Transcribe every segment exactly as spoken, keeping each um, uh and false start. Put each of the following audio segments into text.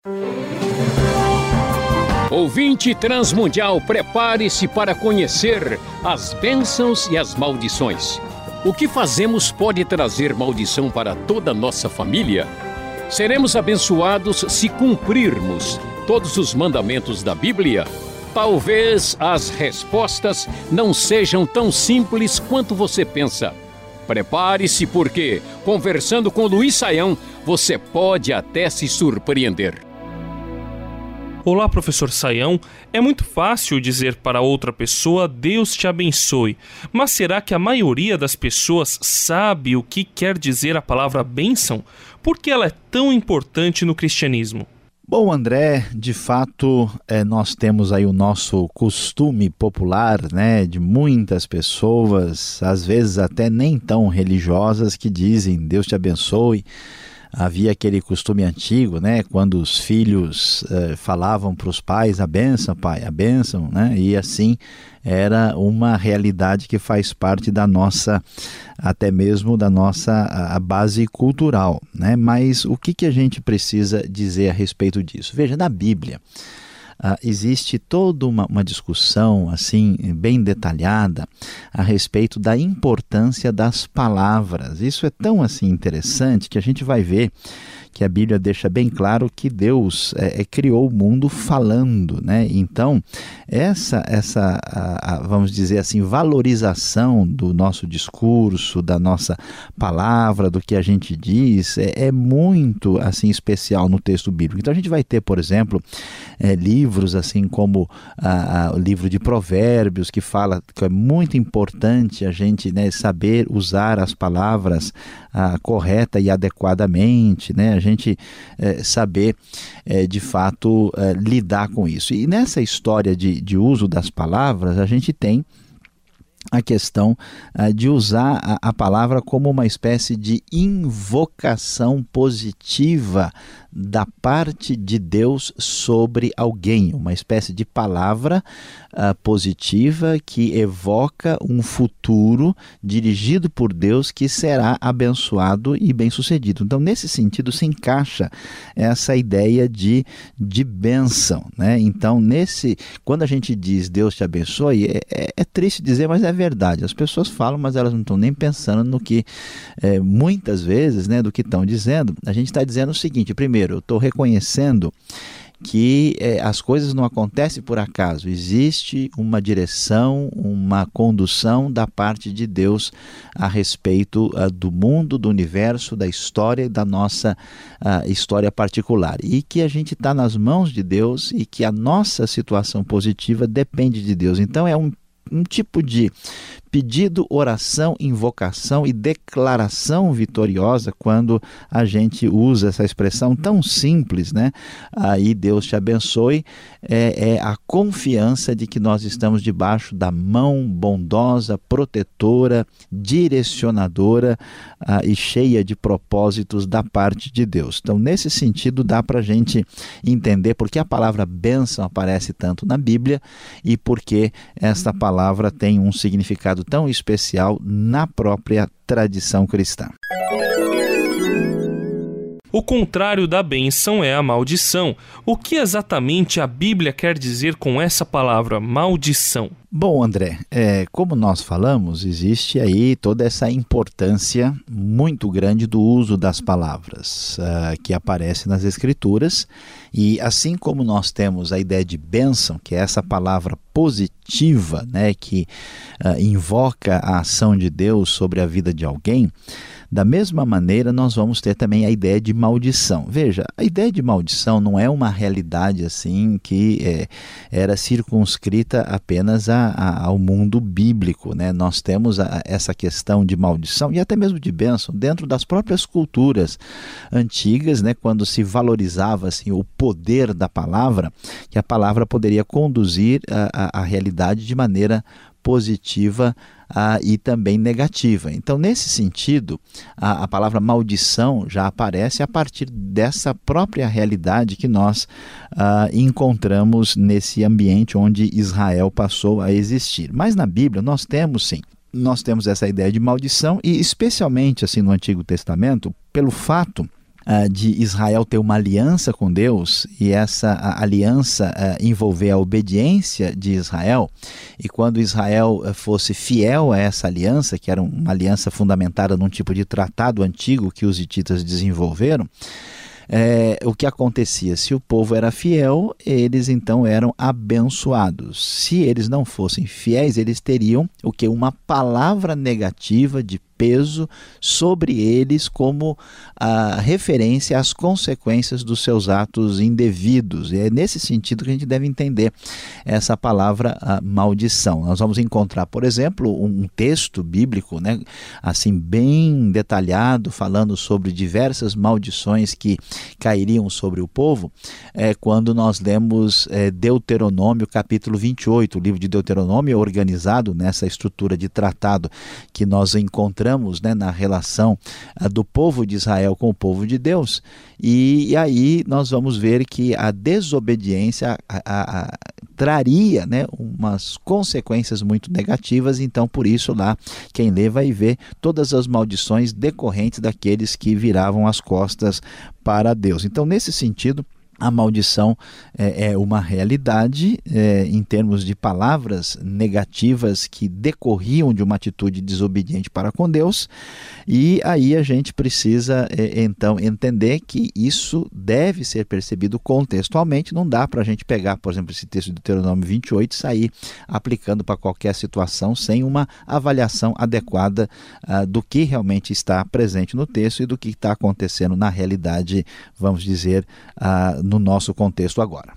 Ouvinte Transmundial, prepare-se para conhecer as bênçãos e as maldições. O que fazemos pode trazer maldição para toda a nossa família? Seremos abençoados se cumprirmos todos os mandamentos da Bíblia? Talvez as respostas não sejam tão simples quanto você pensa. Prepare-se porque, conversando com Luiz Saião, você pode até se surpreender. Olá, professor Saião. É muito fácil dizer para outra pessoa Deus te abençoe, mas será que a maioria das pessoas sabe o que quer dizer a palavra bênção? Por que ela é tão importante no cristianismo? Bom, André, de fato, é, nós temos aí o nosso costume popular, né, de muitas pessoas, às vezes até nem tão religiosas, que dizem Deus te abençoe. Havia aquele costume antigo, né, quando os filhos eh, falavam para os pais, a bênção, pai, a bênção, né, e assim era uma realidade que faz parte da nossa, até mesmo da nossa a base cultural, né, mas o que, que a gente precisa dizer a respeito disso? Veja, na Bíblia, Uh, existe toda uma, uma discussão assim bem detalhada a respeito da importância das palavras. Isso é tão assim interessante que a gente vai ver que a Bíblia deixa bem claro que Deus é, é, criou o mundo falando, né? Então, essa, essa a, a, vamos dizer assim, valorização do nosso discurso, da nossa palavra, do que a gente diz, é, é muito assim especial no texto bíblico. Então, a gente vai ter, por exemplo, é, livros assim como a, a, o livro de Provérbios, que fala que é muito importante a gente, né, saber usar as palavras a, correta e adequadamente, né? A gente é, saber é, de fato é, lidar com isso. E nessa história de, de uso das palavras, a gente tem a questão uh, de usar a, a palavra como uma espécie de invocação positiva da parte de Deus sobre alguém, uma espécie de palavra uh, positiva que evoca um futuro dirigido por Deus que será abençoado e bem-sucedido. Então, nesse sentido, se encaixa essa ideia de, de bênção, né? Então, nesse, quando a gente diz Deus te abençoe, é, é, é triste dizer, mas é verdade. As pessoas falam, mas elas não estão nem pensando no que, é, muitas vezes, né, do que estão dizendo. A gente está dizendo o seguinte: primeiro, eu estou reconhecendo que é, as coisas não acontecem por acaso, existe uma direção, uma condução da parte de Deus a respeito uh, do mundo, do universo, da história e da nossa uh, história particular, e que a gente está nas mãos de Deus e que a nossa situação positiva depende de Deus. Então é um, um tipo de pedido, oração, invocação e declaração vitoriosa quando a gente usa essa expressão tão simples, né? Aí Deus te abençoe, é, é a confiança de que nós estamos debaixo da mão bondosa, protetora, direcionadora ah, e cheia de propósitos da parte de Deus. Então, nesse sentido, dá para a gente entender por que a palavra bênção aparece tanto na Bíblia e por que esta palavra tem um significado tão especial na própria tradição cristã. O contrário da bênção é a maldição. O que exatamente a Bíblia quer dizer com essa palavra, maldição? Bom, André, é, como nós falamos, existe aí toda essa importância muito grande do uso das palavras uh, que aparece nas Escrituras, e assim como nós temos a ideia de bênção, que é essa palavra positiva, né, que uh, invoca a ação de Deus sobre a vida de alguém, da mesma maneira nós vamos ter também a ideia de maldição. Veja, a ideia de maldição não é uma realidade assim que é, era circunscrita apenas a, a, ao mundo bíblico, né? Nós temos a, essa questão de maldição e até mesmo de bênção dentro das próprias culturas antigas, né? Quando se valorizava assim, o poder da palavra, que a palavra poderia conduzir a, a, a realidade de maneira positiva ah, e também negativa. Então, nesse sentido, a, a palavra maldição já aparece a partir dessa própria realidade que nós ah, encontramos nesse ambiente onde Israel passou a existir. Mas na Bíblia nós temos sim, nós temos essa ideia de maldição e especialmente assim no Antigo Testamento, pelo fato uh, de Israel ter uma aliança com Deus e essa aliança uh, envolver a obediência de Israel, e quando Israel uh, fosse fiel a essa aliança, que era uma aliança fundamentada num tipo de tratado antigo que os hititas desenvolveram, É, o que acontecia? Se o povo era fiel, eles então eram abençoados. Se eles não fossem fiéis, eles teriam o que? Uma palavra negativa de peso sobre eles como a referência às consequências dos seus atos indevidos. E é nesse sentido que a gente deve entender essa palavra maldição. Nós vamos encontrar, por exemplo, um texto bíblico, né, assim bem detalhado, falando sobre diversas maldições que cairiam sobre o povo, é, quando nós lemos é, Deuteronômio capítulo vinte e oito. O livro de Deuteronômio é organizado nessa estrutura de tratado que nós encontramos Né, na relação uh, do povo de Israel com o povo de Deus, e, e aí nós vamos ver que a desobediência a, a, a, traria, né, umas consequências muito negativas. Então por isso lá quem lê vai ver todas as maldições decorrentes daqueles que viravam as costas para Deus. Então nesse sentido, a maldição é, é uma realidade é, em termos de palavras negativas que decorriam de uma atitude desobediente para com Deus, e aí a gente precisa é, então entender que isso deve ser percebido contextualmente. Não dá para a gente pegar, por exemplo, esse texto de Deuteronômio vinte e oito e sair aplicando para qualquer situação sem uma avaliação adequada uh, do que realmente está presente no texto e do que está acontecendo na realidade, vamos dizer, uh, no nosso contexto agora.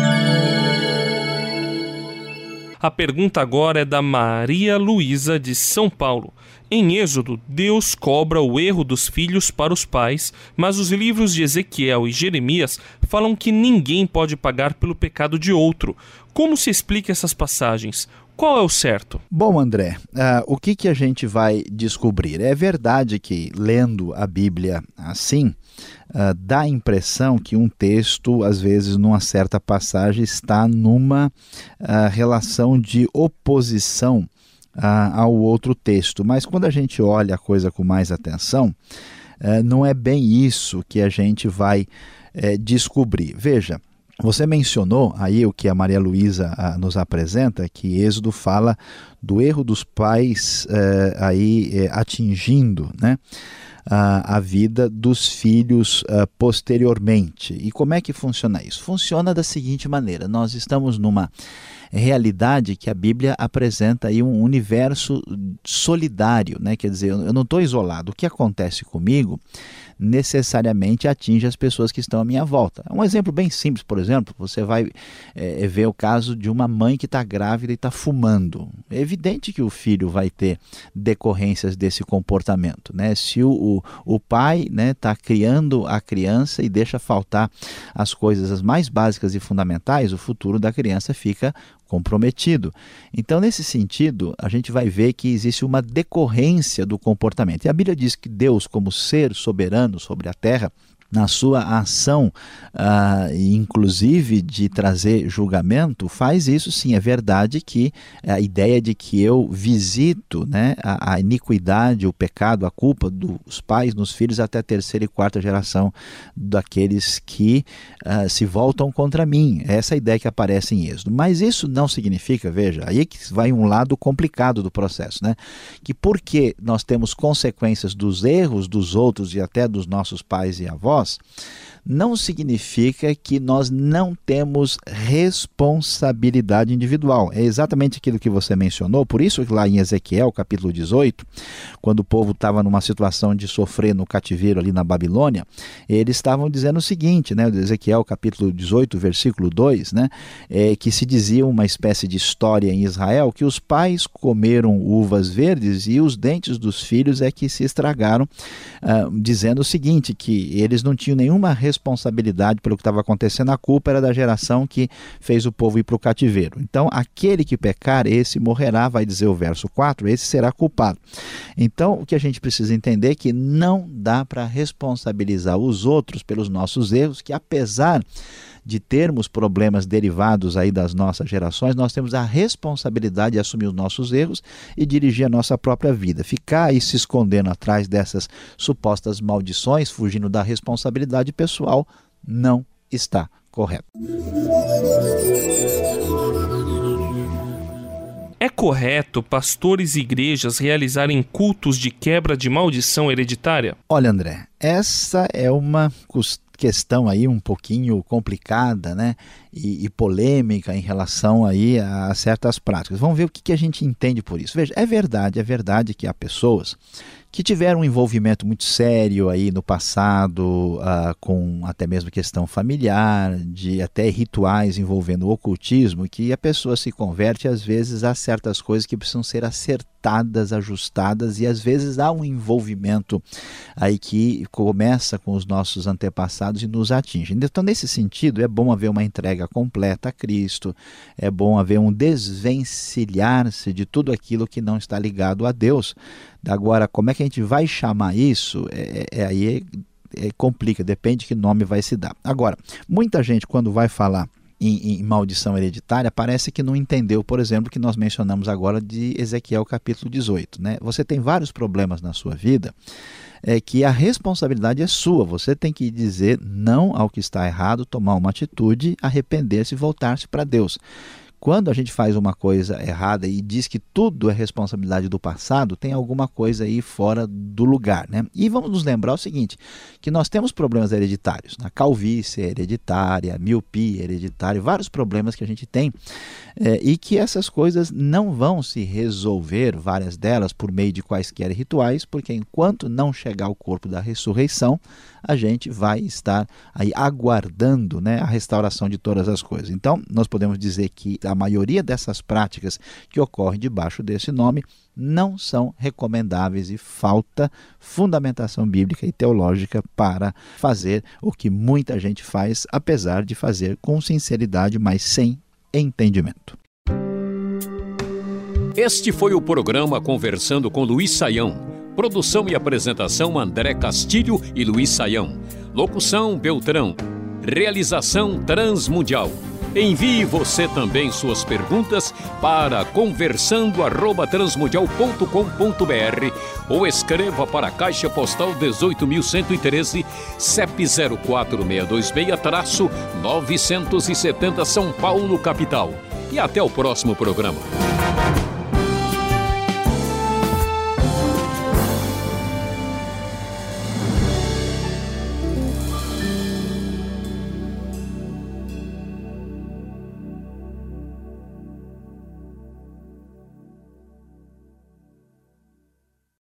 A pergunta agora é da Maria Luísa, de São Paulo. Em Êxodo, Deus cobra o erro dos filhos para os pais, mas os livros de Ezequiel e Jeremias falam que ninguém pode pagar pelo pecado de outro. Como se explica essas passagens? Qual é o certo? Bom, André, uh, o que, que a gente vai descobrir? É verdade que, lendo a Bíblia assim, uh, dá a impressão que um texto, às vezes, numa certa passagem, está numa uh, relação de oposição uh, ao outro texto. Mas quando a gente olha a coisa com mais atenção, uh, não é bem isso que a gente vai uh, descobrir. Veja, você mencionou aí o que a Maria Luísa ah, nos apresenta, que Êxodo fala do erro dos pais eh, aí eh, atingindo, né, a, a vida dos filhos ah, posteriormente. E como é que funciona isso? Funciona da seguinte maneira: nós estamos numa realidade que a Bíblia apresenta aí um universo solidário, né? Quer dizer, eu não estou isolado. O que acontece comigo necessariamente atinge as pessoas que estão à minha volta. Um exemplo bem simples, por exemplo, você vai é, ver o caso de uma mãe que está grávida e está fumando. É evidente que o filho vai ter decorrências desse comportamento, né? Se o, o, o pai, né, está criando a criança e deixa faltar as coisas as mais básicas e fundamentais, o futuro da criança fica comprometido. Então, nesse sentido, a gente vai ver que existe uma decorrência do comportamento. E a Bíblia diz que Deus, como ser soberano sobre a terra, na sua ação, uh, inclusive de trazer julgamento, faz isso sim. É verdade que a ideia de que eu visito, né, a, a iniquidade, o pecado, a culpa dos pais nos filhos até a terceira e quarta geração daqueles que uh, se voltam contra mim. É essa a ideia que aparece em Êxodo. Mas isso não significa, veja, aí que vai um lado complicado do processo, né? Que porque nós temos consequências dos erros dos outros e até dos nossos pais e avós, não significa que nós não temos responsabilidade individual. É exatamente aquilo que você mencionou. Por isso que lá em Ezequiel, capítulo dezoito, quando o povo estava numa situação de sofrer no cativeiro ali na Babilônia, eles estavam dizendo o seguinte, né? Ezequiel, capítulo dezoito, versículo dois, né? É, que se dizia uma espécie de história em Israel, que os pais comeram uvas verdes e os dentes dos filhos é que se estragaram, uh, dizendo o seguinte, que eles não tinham nenhuma responsabilidade pelo que estava acontecendo, a culpa era da geração que fez o povo ir para o cativeiro. Então, aquele que pecar, esse morrerá, vai dizer o verso quatro, esse será culpado. Então, o que a gente precisa entender é que não dá para responsabilizar os outros pelos nossos erros, que apesar de termos problemas derivados aí das nossas gerações, nós temos a responsabilidade de assumir os nossos erros e dirigir a nossa própria vida. Ficar aí se escondendo atrás dessas supostas maldições, fugindo da responsabilidade pessoal, não está correto. É correto pastores e igrejas realizarem cultos de quebra de maldição hereditária? Olha, André, essa é uma questão aí um pouquinho complicada, né? E, e polêmica em relação aí a certas práticas. Vamos ver o que, que a gente entende por isso. Veja, é verdade, é verdade que há pessoas que tiveram um envolvimento muito sério aí no passado, uh, com até mesmo questão familiar, de até rituais envolvendo o ocultismo, que a pessoa se converte às vezes a certas coisas que precisam ser acertadas, ajustadas, e às vezes há um envolvimento aí que começa com os nossos antepassados e nos atinge. Então, nesse sentido, é bom haver uma entrega completa a Cristo, é bom haver um desvencilhar-se de tudo aquilo que não está ligado a Deus. Agora, como é que a gente vai chamar isso? É, é, aí é, é, complica, depende de que nome vai se dar. Agora, muita gente quando vai falar em, em maldição hereditária, parece que não entendeu, por exemplo, que nós mencionamos agora de Ezequiel capítulo dezoito. Né? Você tem vários problemas na sua vida, é que a responsabilidade é sua. Você tem que dizer não ao que está errado, tomar uma atitude, arrepender-se e voltar-se para Deus. Quando a gente faz uma coisa errada e diz que tudo é responsabilidade do passado, tem alguma coisa aí fora do lugar, né? E vamos nos lembrar o seguinte, que nós temos problemas hereditários, a calvície hereditária, a miopia hereditária, vários problemas que a gente tem, é, e que essas coisas não vão se resolver, várias delas, por meio de quaisquer rituais, porque enquanto não chegar o corpo da ressurreição, a gente vai estar aí aguardando, né, a restauração de todas as coisas. Então, nós podemos dizer que a maioria dessas práticas que ocorrem debaixo desse nome não são recomendáveis e falta fundamentação bíblica e teológica para fazer o que muita gente faz, apesar de fazer com sinceridade, mas sem entendimento. Este foi o programa Conversando com Luiz Saião. Produção e apresentação André Castilho e Luiz Saião. Locução Beltrão. Realização Transmundial. Envie você também suas perguntas para conversando arroba transmundial ponto com ponto br ou escreva para a Caixa Postal dezoito mil cento e treze, C E P zero quatro seis dois seis, novecentos e setenta São Paulo, capital. E até o próximo programa.